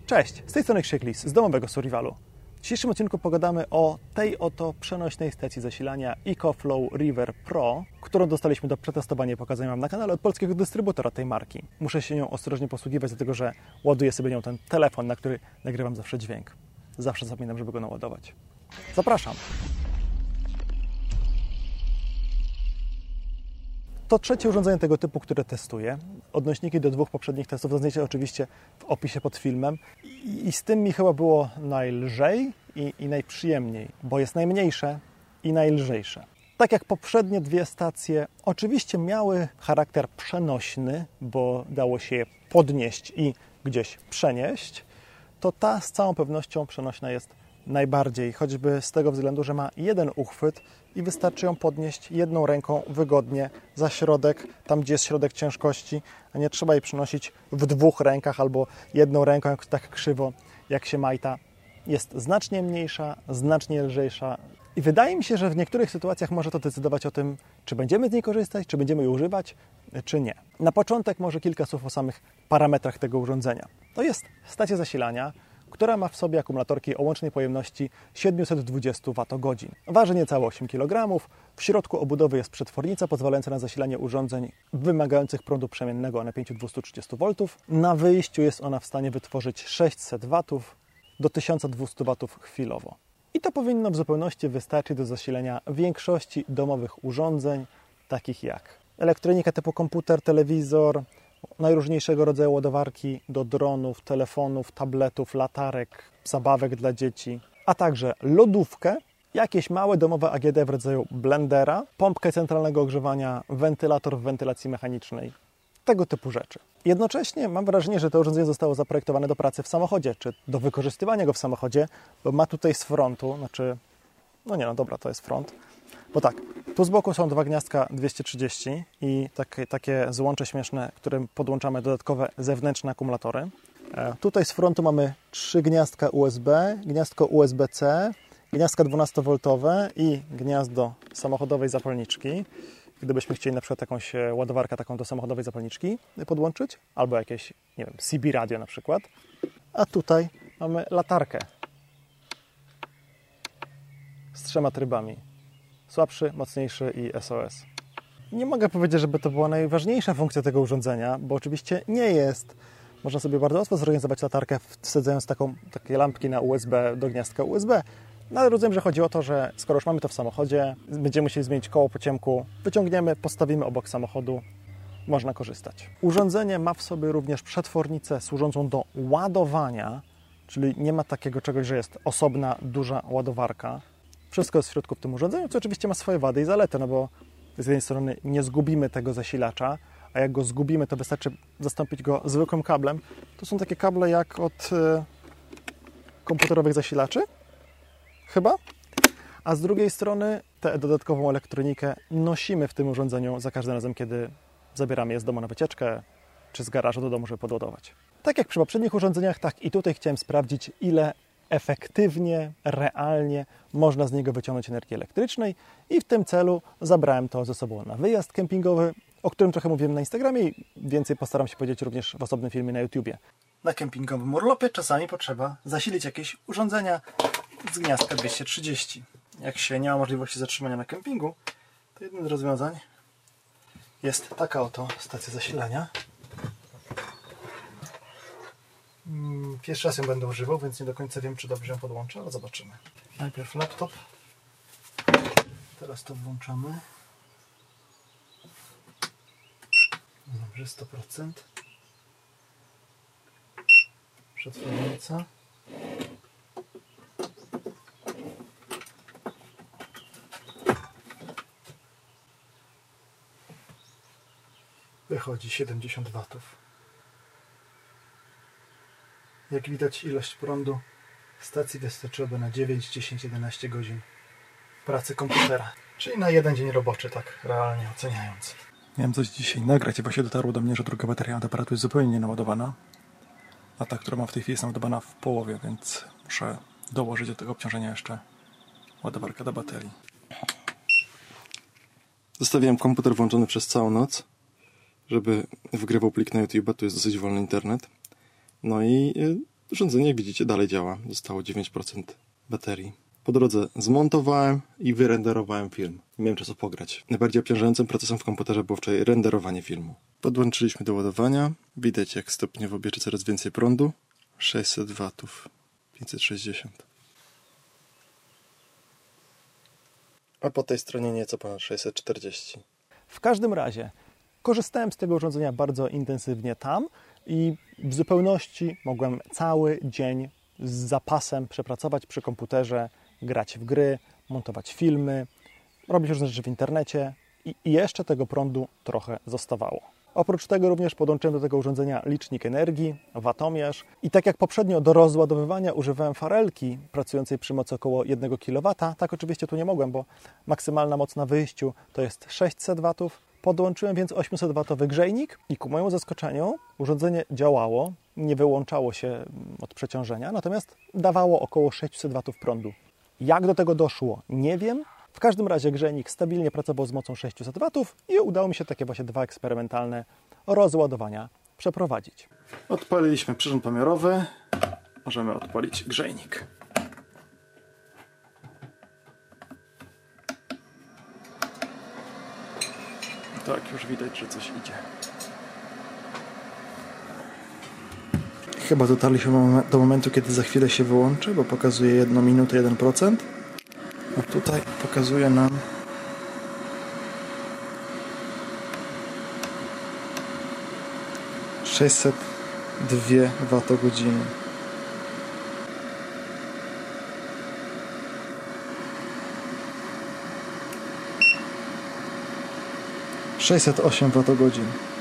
Cześć, z tej strony Krzyk-Lis z domowego Survivalu. W dzisiejszym odcinku pogadamy o tej oto przenośnej stacji zasilania EcoFlow River Pro, którą dostaliśmy do przetestowania i pokazania Wam na kanale od polskiego dystrybutora tej marki. Muszę się nią ostrożnie posługiwać, dlatego że ładuję sobie nią ten telefon, na który nagrywam zawsze dźwięk. Zawsze zapominam, żeby go naładować. Zapraszam! To trzecie urządzenie tego typu, które testuję. Odnośniki do dwóch poprzednich testów znajdziecie oczywiście w opisie pod filmem. I z tym mi chyba było najlżej i najprzyjemniej, bo jest najmniejsze i najlżejsze. Tak jak poprzednie dwie stacje, oczywiście miały charakter przenośny, bo dało się je podnieść i gdzieś przenieść, to ta z całą pewnością przenośna jest najbardziej, choćby z tego względu, że ma jeden uchwyt i wystarczy ją podnieść jedną ręką wygodnie za środek, tam gdzie jest środek ciężkości, a nie trzeba jej przenosić w dwóch rękach albo jedną ręką tak krzywo, jak się majta. Jest znacznie mniejsza, znacznie lżejsza i wydaje mi się, że w niektórych sytuacjach może to decydować o tym, czy będziemy z niej korzystać, czy będziemy jej używać, czy nie. Na początek może kilka słów o samych parametrach tego urządzenia. To jest stacja zasilania, która ma w sobie akumulatorki o łącznej pojemności 720 Wh. Waży niecałe 8 kg. W środku obudowy jest przetwornica pozwalająca na zasilanie urządzeń wymagających prądu przemiennego o napięciu 230 V. Na wyjściu jest ona w stanie wytworzyć 600 W do 1200 W chwilowo. I to powinno w zupełności wystarczyć do zasilania większości domowych urządzeń, takich jak elektronika typu komputer, telewizor, najróżniejszego rodzaju ładowarki do dronów, telefonów, tabletów, latarek, zabawek dla dzieci, a także lodówkę, jakieś małe domowe AGD w rodzaju blendera, pompkę centralnego ogrzewania, wentylator w wentylacji mechanicznej, tego typu rzeczy. Jednocześnie mam wrażenie, że to urządzenie zostało zaprojektowane do pracy w samochodzie, czy do wykorzystywania go w samochodzie, bo ma tutaj z frontu, to jest front, bo tak, tu z boku są dwa gniazdka 230 i takie złącze śmieszne, którym podłączamy dodatkowe zewnętrzne akumulatory. Tutaj z frontu mamy 3 gniazdka USB, gniazdko USB-C, gniazdka 12V i gniazdo samochodowej zapalniczki. Gdybyśmy chcieli na przykład jakąś ładowarkę taką do samochodowej zapalniczki podłączyć, albo jakieś, CB radio na przykład. A tutaj mamy latarkę z 3 trybami. Słabszy, mocniejszy i SOS. Nie mogę powiedzieć, żeby to była najważniejsza funkcja tego urządzenia, bo oczywiście nie jest. Można sobie bardzo łatwo zorganizować latarkę, wsadzając takie lampki na USB do gniazdka USB. No ale rozumiem, że chodzi o to, że skoro już mamy to w samochodzie, będziemy musieli zmienić koło po ciemku, wyciągniemy, postawimy obok samochodu, można korzystać. Urządzenie ma w sobie również przetwornicę służącą do ładowania, czyli nie ma takiego czegoś, że jest osobna, duża ładowarka. Wszystko jest w środku w tym urządzeniu, co oczywiście ma swoje wady i zalety, no bo z jednej strony nie zgubimy tego zasilacza, a jak go zgubimy, to wystarczy zastąpić go zwykłym kablem. To są takie kable jak od komputerowych zasilaczy, chyba. A z drugiej strony tę dodatkową elektronikę nosimy w tym urządzeniu za każdym razem, kiedy zabieramy je z domu na wycieczkę, czy z garażu do domu, żeby podładować. Tak jak przy poprzednich urządzeniach, tak i tutaj chciałem sprawdzić, ile efektywnie, realnie można z niego wyciągnąć energii elektrycznej i w tym celu zabrałem to ze sobą na wyjazd kempingowy, o którym trochę mówiłem na Instagramie i więcej postaram się powiedzieć również w osobnym filmie na YouTubie. Na kempingowym urlopie czasami potrzeba zasilić jakieś urządzenia z gniazdka 230. Jak się nie ma możliwości zatrzymania na kempingu, to jednym z rozwiązań jest taka oto stacja zasilania. Pierwszy raz ją będę używał, więc nie do końca wiem, czy dobrze ją podłączę, ale zobaczymy. Najpierw laptop. Teraz to włączamy. Dobrze, 100%. Przetwornica. Wychodzi 70 W. Jak widać, ilość prądu stacji wystarczyłoby na 9, 10, 11 godzin pracy komputera. Czyli na jeden dzień roboczy, tak realnie oceniając. Miałem coś dzisiaj nagrać i właśnie dotarło do mnie, że druga bateria od aparatu jest zupełnie nienaładowana. A ta, którą mam w tej chwili, jest naładowana w połowie, więc muszę dołożyć do tego obciążenia jeszcze ładowarkę do baterii. Zostawiłem komputer włączony przez całą noc, żeby wgrywał plik na YouTube, tu jest dosyć wolny internet. No i Urządzenie, jak widzicie, dalej działa. Zostało 9% baterii. Po drodze zmontowałem i wyrenderowałem film. Nie miałem czasu pograć. Najbardziej obciążającym procesem w komputerze było wczoraj renderowanie filmu. Podłączyliśmy do ładowania. Widać, jak stopniowo bierze coraz więcej prądu. 600 watów. 560. A po tej stronie nieco ponad 640. W każdym razie korzystałem z tego urządzenia bardzo intensywnie tam i w zupełności mogłem cały dzień z zapasem przepracować przy komputerze, grać w gry, montować filmy, robić różne rzeczy w internecie i jeszcze tego prądu trochę zostawało. Oprócz tego również podłączyłem do tego urządzenia licznik energii, watomierz i tak jak poprzednio do rozładowywania używałem farelki pracującej przy mocy około 1 kW, tak oczywiście tu nie mogłem, bo maksymalna moc na wyjściu to jest 600 W. Podłączyłem więc 800-watowy grzejnik i ku mojemu zaskoczeniu urządzenie działało, nie wyłączało się od przeciążenia, natomiast dawało około 600 W prądu. Jak do tego doszło, nie wiem. W każdym razie grzejnik stabilnie pracował z mocą 600 W i udało mi się takie właśnie 2 eksperymentalne rozładowania przeprowadzić. Odpaliliśmy przyrząd pomiarowy. Możemy odpalić grzejnik. Tak, już widać, że coś idzie. Chyba dotarliśmy do momentu, kiedy za chwilę się wyłączy, bo pokazuje 1 minutę 1%. A tutaj pokazuje nam 602 Wh. 608 Wh.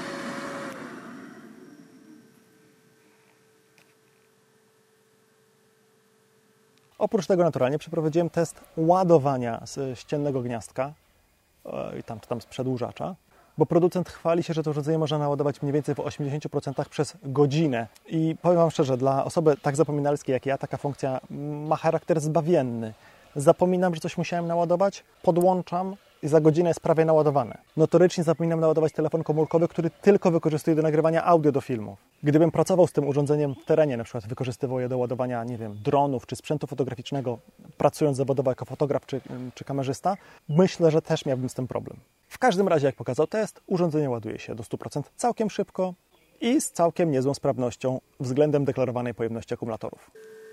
Oprócz tego naturalnie przeprowadziłem test ładowania z ściennego gniazdka i tam z przedłużacza, bo producent chwali się, że to urządzenie można naładować mniej więcej w 80% przez godzinę. I powiem Wam szczerze, dla osoby tak zapominalskiej jak ja taka funkcja ma charakter zbawienny. Zapominam, że coś musiałem naładować, podłączam i za godzinę jest prawie naładowane. Notorycznie zapominam naładować telefon komórkowy, który tylko wykorzystuję do nagrywania audio do filmów. Gdybym pracował z tym urządzeniem w terenie, na przykład wykorzystywał je do ładowania, nie wiem, dronów czy sprzętu fotograficznego, pracując zawodowo jako fotograf czy kamerzysta, myślę, że też miałbym z tym problem. W każdym razie, jak pokazał test, urządzenie ładuje się do 100% całkiem szybko i z całkiem niezłą sprawnością względem deklarowanej pojemności akumulatorów.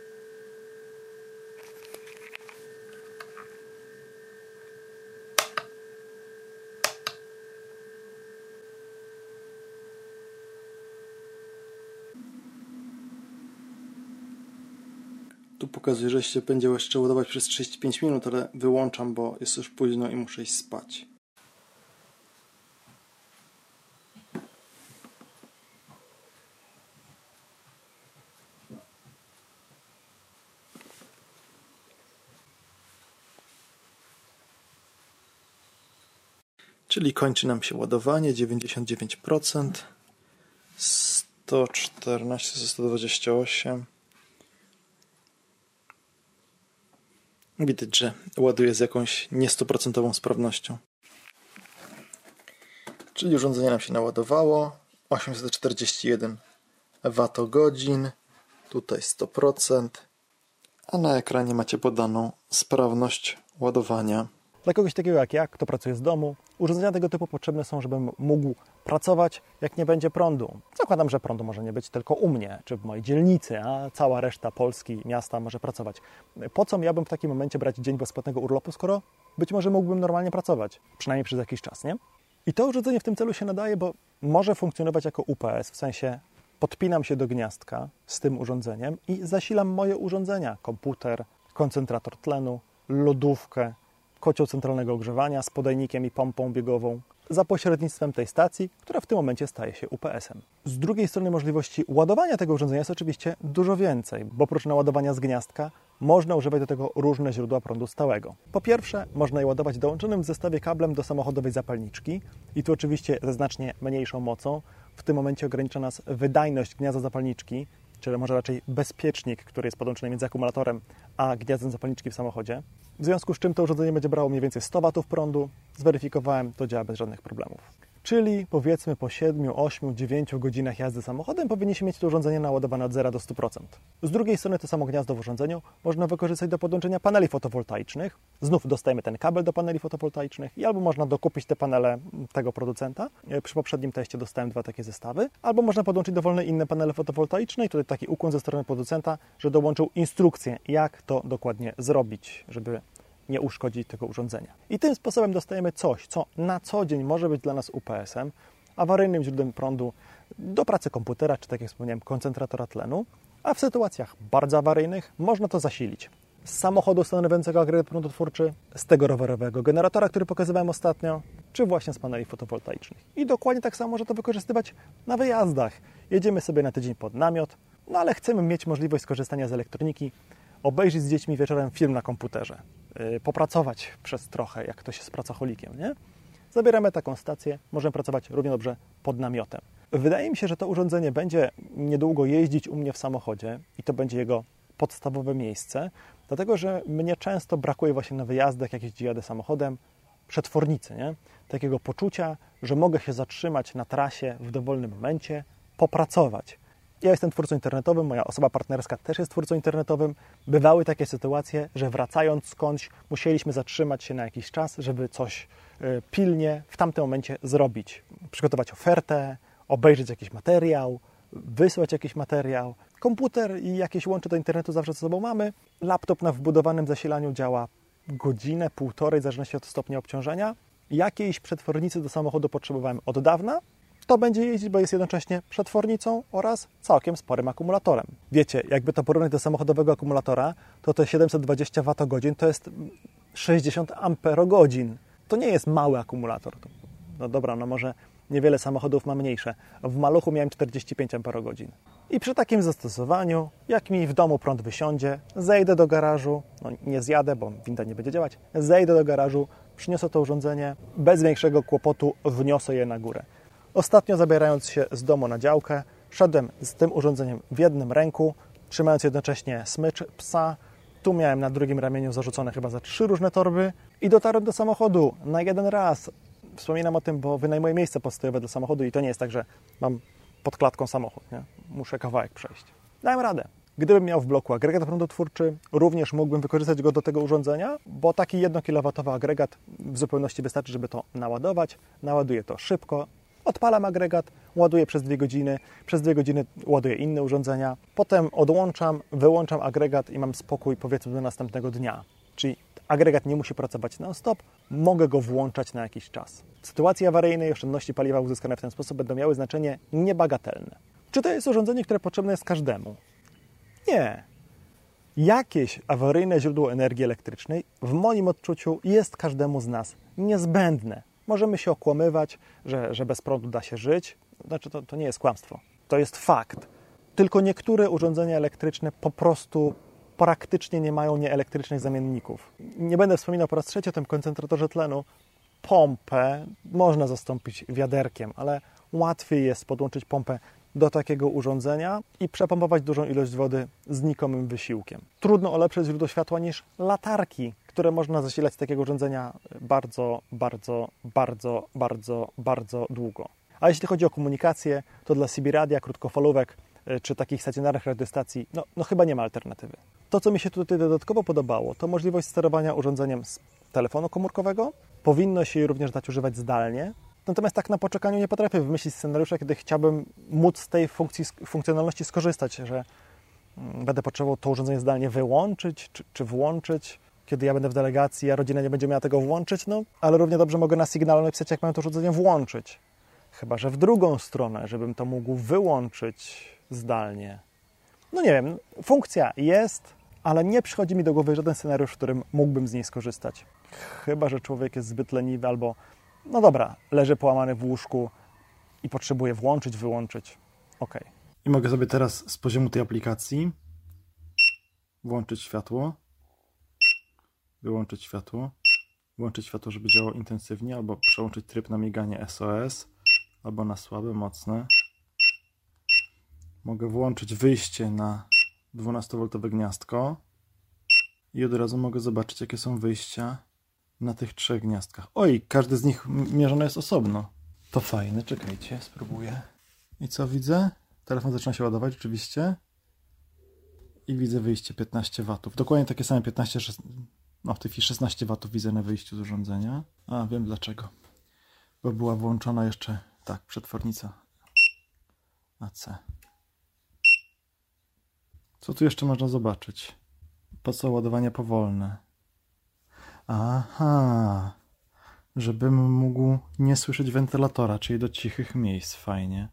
Tu pokazuje, że się będzie jeszcze ładować przez 35 minut, ale wyłączam, bo jest już późno i muszę iść spać. Czyli kończy nam się ładowanie, 99%, 114 ze 128. Widać, że ładuje z jakąś nie 100% sprawnością. Czyli urządzenie nam się naładowało. 841 Wh. Tutaj 100%. A na ekranie macie podaną sprawność ładowania. Dla kogoś takiego jak ja, kto pracuje z domu, urządzenia tego typu potrzebne są, żebym mógł pracować, jak nie będzie prądu. Zakładam, że prądu może nie być tylko u mnie, czy w mojej dzielnicy, a cała reszta Polski, miasta może pracować. Po co miałbym w takim momencie brać dzień bezpłatnego urlopu, skoro być może mógłbym normalnie pracować, przynajmniej przez jakiś czas, nie? I to urządzenie w tym celu się nadaje, bo może funkcjonować jako UPS, w sensie podpinam się do gniazdka z tym urządzeniem i zasilam moje urządzenia, komputer, koncentrator tlenu, lodówkę, kocioł centralnego ogrzewania z podajnikiem i pompą biegową za pośrednictwem tej stacji, która w tym momencie staje się UPS-em. Z drugiej strony możliwości ładowania tego urządzenia jest oczywiście dużo więcej, bo oprócz naładowania z gniazdka można używać do tego różne źródła prądu stałego. Po pierwsze, można je ładować dołączonym w zestawie kablem do samochodowej zapalniczki i tu oczywiście ze znacznie mniejszą mocą. W tym momencie ogranicza nas wydajność gniazda zapalniczki, czyli może raczej bezpiecznik, który jest podłączony między akumulatorem a gniazdem zapalniczki w samochodzie. W związku z czym to urządzenie będzie brało mniej więcej 100 W prądu. Zweryfikowałem, to działa bez żadnych problemów. Czyli powiedzmy po 7, 8, 9 godzinach jazdy samochodem powinniśmy mieć to urządzenie naładowane od 0 do 100%. Z drugiej strony to samo gniazdo w urządzeniu można wykorzystać do podłączenia paneli fotowoltaicznych. Znów dostajemy ten kabel do paneli fotowoltaicznych i albo można dokupić te panele tego producenta. Przy poprzednim teście dostałem 2 takie zestawy. Albo można podłączyć dowolne inne panele fotowoltaiczne i tutaj taki ukłon ze strony producenta, że dołączył instrukcję, jak to dokładnie zrobić, żeby nie uszkodzić tego urządzenia. I tym sposobem dostajemy coś, co na co dzień może być dla nas UPS-em, awaryjnym źródłem prądu do pracy komputera, czy tak jak wspomniałem, koncentratora tlenu, a w sytuacjach bardzo awaryjnych można to zasilić z samochodu stanowiącego agregat prądotwórczy, z tego rowerowego generatora, który pokazywałem ostatnio, czy właśnie z paneli fotowoltaicznych. I dokładnie tak samo można to wykorzystywać na wyjazdach. Jedziemy sobie na tydzień pod namiot, no ale chcemy mieć możliwość skorzystania z elektroniki, obejrzeć z dziećmi wieczorem film na komputerze, popracować przez trochę, jak ktoś jest pracocholikiem, nie? Zabieramy taką stację, możemy pracować równie dobrze pod namiotem. Wydaje mi się, że to urządzenie będzie niedługo jeździć u mnie w samochodzie i to będzie jego podstawowe miejsce, dlatego że mnie często brakuje właśnie na wyjazdach, jak jadę samochodem, przetwornicy, nie? Takiego poczucia, że mogę się zatrzymać na trasie w dowolnym momencie, popracować. Ja jestem twórcą internetowym, moja osoba partnerska też jest twórcą internetowym. Bywały takie sytuacje, że wracając skądś musieliśmy zatrzymać się na jakiś czas, żeby coś pilnie w tamtym momencie zrobić. Przygotować ofertę, obejrzeć jakiś materiał, wysłać jakiś materiał. Komputer i jakieś łącze do internetu zawsze ze sobą mamy. Laptop na wbudowanym zasilaniu działa godzinę, półtorej, w zależności od stopnia obciążenia. Jakiejś przetwornicy do samochodu potrzebowałem od dawna. To będzie jeździć, bo jest jednocześnie przetwornicą oraz całkiem sporym akumulatorem. Wiecie, jakby to porównać do samochodowego akumulatora, to te 720 Wh to jest 60 Ampere-godzin. To nie jest mały akumulator. No dobra, no może niewiele samochodów ma mniejsze. W maluchu miałem 45 Ampere-godzin. I przy takim zastosowaniu, jak mi w domu prąd wysiądzie, zejdę do garażu, no nie zjadę, bo winda nie będzie działać, zejdę do garażu, przyniosę to urządzenie, bez większego kłopotu wniosę je na górę. Ostatnio, zabierając się z domu na działkę, szedłem z tym urządzeniem w jednym ręku, trzymając jednocześnie smycz psa. Tu miałem na drugim ramieniu zarzucone chyba za 3 różne torby i dotarłem do samochodu na jeden raz. Wspominam o tym, bo wynajmuję miejsce postojowe dla samochodu i to nie jest tak, że mam pod klatką samochód, nie? Muszę kawałek przejść. Dałem radę. Gdybym miał w bloku agregat prądotwórczy, również mógłbym wykorzystać go do tego urządzenia, bo taki 1 kW agregat w zupełności wystarczy, żeby to naładować. Naładuję to szybko. Odpalam agregat, ładuję przez 2 godziny, przez 2 godziny ładuję inne urządzenia, potem odłączam, wyłączam agregat i mam spokój powiedzmy do następnego dnia. Czyli agregat nie musi pracować non-stop, mogę go włączać na jakiś czas. W sytuacji awaryjnej oszczędności paliwa uzyskane w ten sposób będą miały znaczenie niebagatelne. Czy to jest urządzenie, które potrzebne jest każdemu? Nie. Jakieś awaryjne źródło energii elektrycznej w moim odczuciu jest każdemu z nas niezbędne. Możemy się okłamywać, że bez prądu da się żyć. Znaczy, to nie jest kłamstwo. To jest fakt. Tylko niektóre urządzenia elektryczne po prostu praktycznie nie mają nieelektrycznych zamienników. Nie będę wspominał po raz trzeci o tym koncentratorze tlenu. Pompę można zastąpić wiaderkiem, ale łatwiej jest podłączyć pompę do takiego urządzenia i przepompować dużą ilość wody znikomym wysiłkiem. Trudno o lepsze źródło światła niż latarki, które można zasilać z takiego urządzenia bardzo, bardzo, bardzo, bardzo, bardzo długo. A jeśli chodzi o komunikację, to dla CB radia, krótkofalówek czy takich stacjonarnych radiostacji, no chyba nie ma alternatywy. To, co mi się tutaj dodatkowo podobało, to możliwość sterowania urządzeniem z telefonu komórkowego. Powinno się je również dać używać zdalnie. Natomiast tak na poczekaniu nie potrafię wymyślić scenariusza, kiedy chciałbym móc z tej funkcjonalności skorzystać, że będę potrzebował to urządzenie zdalnie wyłączyć czy włączyć. Kiedy ja będę w delegacji, a rodzina nie będzie miała tego włączyć, no ale równie dobrze mogę na sygnalu napisać, jak mam to urządzenie włączyć. Chyba że w drugą stronę, żebym to mógł wyłączyć zdalnie. No nie wiem, funkcja jest, ale nie przychodzi mi do głowy żaden scenariusz, w którym mógłbym z niej skorzystać. Chyba że człowiek jest zbyt leniwy albo, no dobra, leży połamany w łóżku i potrzebuje włączyć, wyłączyć. OK. I mogę sobie teraz z poziomu tej aplikacji włączyć światło, wyłączyć światło, włączyć światło, żeby działało intensywnie, albo przełączyć tryb na miganie SOS, albo na słabe, mocne. Mogę włączyć wyjście na 12V gniazdko i od razu mogę zobaczyć, jakie są wyjścia na tych 3 gniazdkach. Oj, każdy z nich mierzony jest osobno. To fajne, czekajcie, spróbuję. I co widzę? Telefon zaczyna się ładować oczywiście. I widzę wyjście 15 W. Dokładnie takie same 15, w tej chwili 16 W widzę na wyjściu z urządzenia. A, wiem dlaczego. Bo była włączona jeszcze, przetwornica AC. Co tu jeszcze można zobaczyć? Po co ładowanie powolne? Aha, żebym mógł nie słyszeć wentylatora, czyli do cichych miejsc. Fajnie.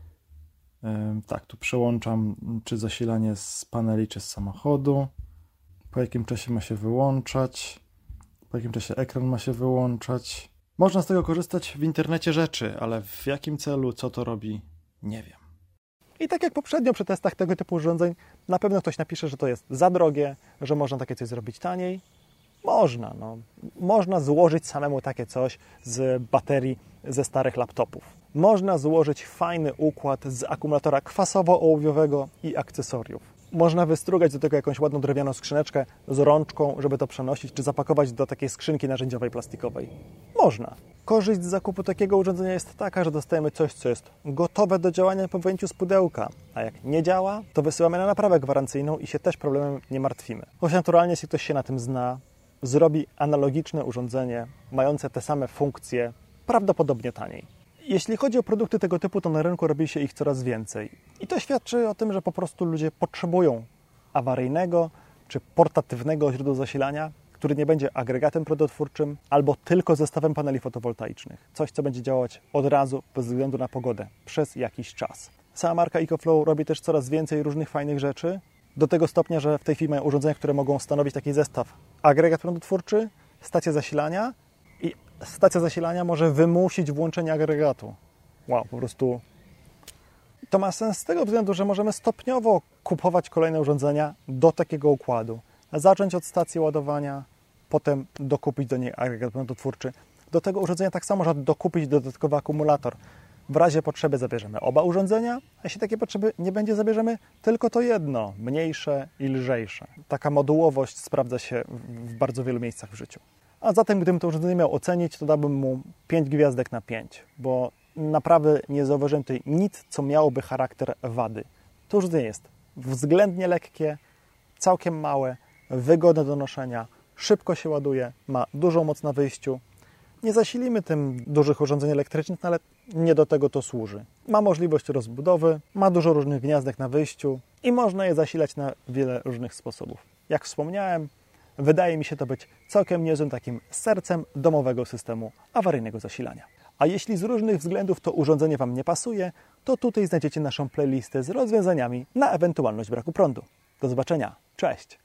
Tu przełączam, czy zasilanie z paneli, czy z samochodu. Po jakim czasie ma się wyłączać. Po jakim czasie ekran ma się wyłączać. Można z tego korzystać w internecie rzeczy, ale w jakim celu, co to robi, nie wiem. I tak jak poprzednio przy testach tego typu urządzeń, na pewno ktoś napisze, że to jest za drogie, że można takie coś zrobić taniej. Można, Można złożyć samemu takie coś z baterii ze starych laptopów. Można złożyć fajny układ z akumulatora kwasowo-ołowiowego i akcesoriów. Można wystrugać do tego jakąś ładną drewnianą skrzyneczkę z rączką, żeby to przenosić, czy zapakować do takiej skrzynki narzędziowej plastikowej. Można. Korzyść z zakupu takiego urządzenia jest taka, że dostajemy coś, co jest gotowe do działania po wyjęciu z pudełka, a jak nie działa, to wysyłamy na naprawę gwarancyjną i się też problemem nie martwimy. Choć naturalnie, jeśli ktoś się na tym zna, zrobi analogiczne urządzenie, mające te same funkcje, prawdopodobnie taniej. Jeśli chodzi o produkty tego typu, to na rynku robi się ich coraz więcej. I to świadczy o tym, że po prostu ludzie potrzebują awaryjnego czy portatywnego źródła zasilania, który nie będzie agregatem prądotwórczym albo tylko zestawem paneli fotowoltaicznych. Coś, co będzie działać od razu, bez względu na pogodę, przez jakiś czas. Sama marka EcoFlow robi też coraz więcej różnych fajnych rzeczy, do tego stopnia, że w tej chwili mają urządzenia, które mogą stanowić taki zestaw agregat prądotwórczy, stację zasilania i stacja zasilania może wymusić włączenie agregatu. Wow, po prostu to ma sens z tego względu, że możemy stopniowo kupować kolejne urządzenia do takiego układu. Zacząć od stacji ładowania, potem dokupić do niej agregat prądotwórczy. Do tego urządzenia tak samo można dokupić dodatkowy akumulator. W razie potrzeby zabierzemy oba urządzenia, a jeśli takiej potrzeby nie będzie, zabierzemy tylko to jedno, mniejsze i lżejsze. Taka modułowość sprawdza się w bardzo wielu miejscach w życiu. A zatem, gdybym to urządzenie miał ocenić, to dałbym mu 5 gwiazdek na 5, bo naprawdę nie zauważyłem tutaj nic, co miałoby charakter wady. To urządzenie jest względnie lekkie, całkiem małe, wygodne do noszenia, szybko się ładuje, ma dużą moc na wyjściu. Nie zasilimy tym dużych urządzeń elektrycznych, ale nie do tego to służy. Ma możliwość rozbudowy, ma dużo różnych gniazdek na wyjściu i można je zasilać na wiele różnych sposobów. Jak wspomniałem, wydaje mi się to być całkiem niezłym takim sercem domowego systemu awaryjnego zasilania. A jeśli z różnych względów to urządzenie Wam nie pasuje, to tutaj znajdziecie naszą playlistę z rozwiązaniami na ewentualność braku prądu. Do zobaczenia. Cześć!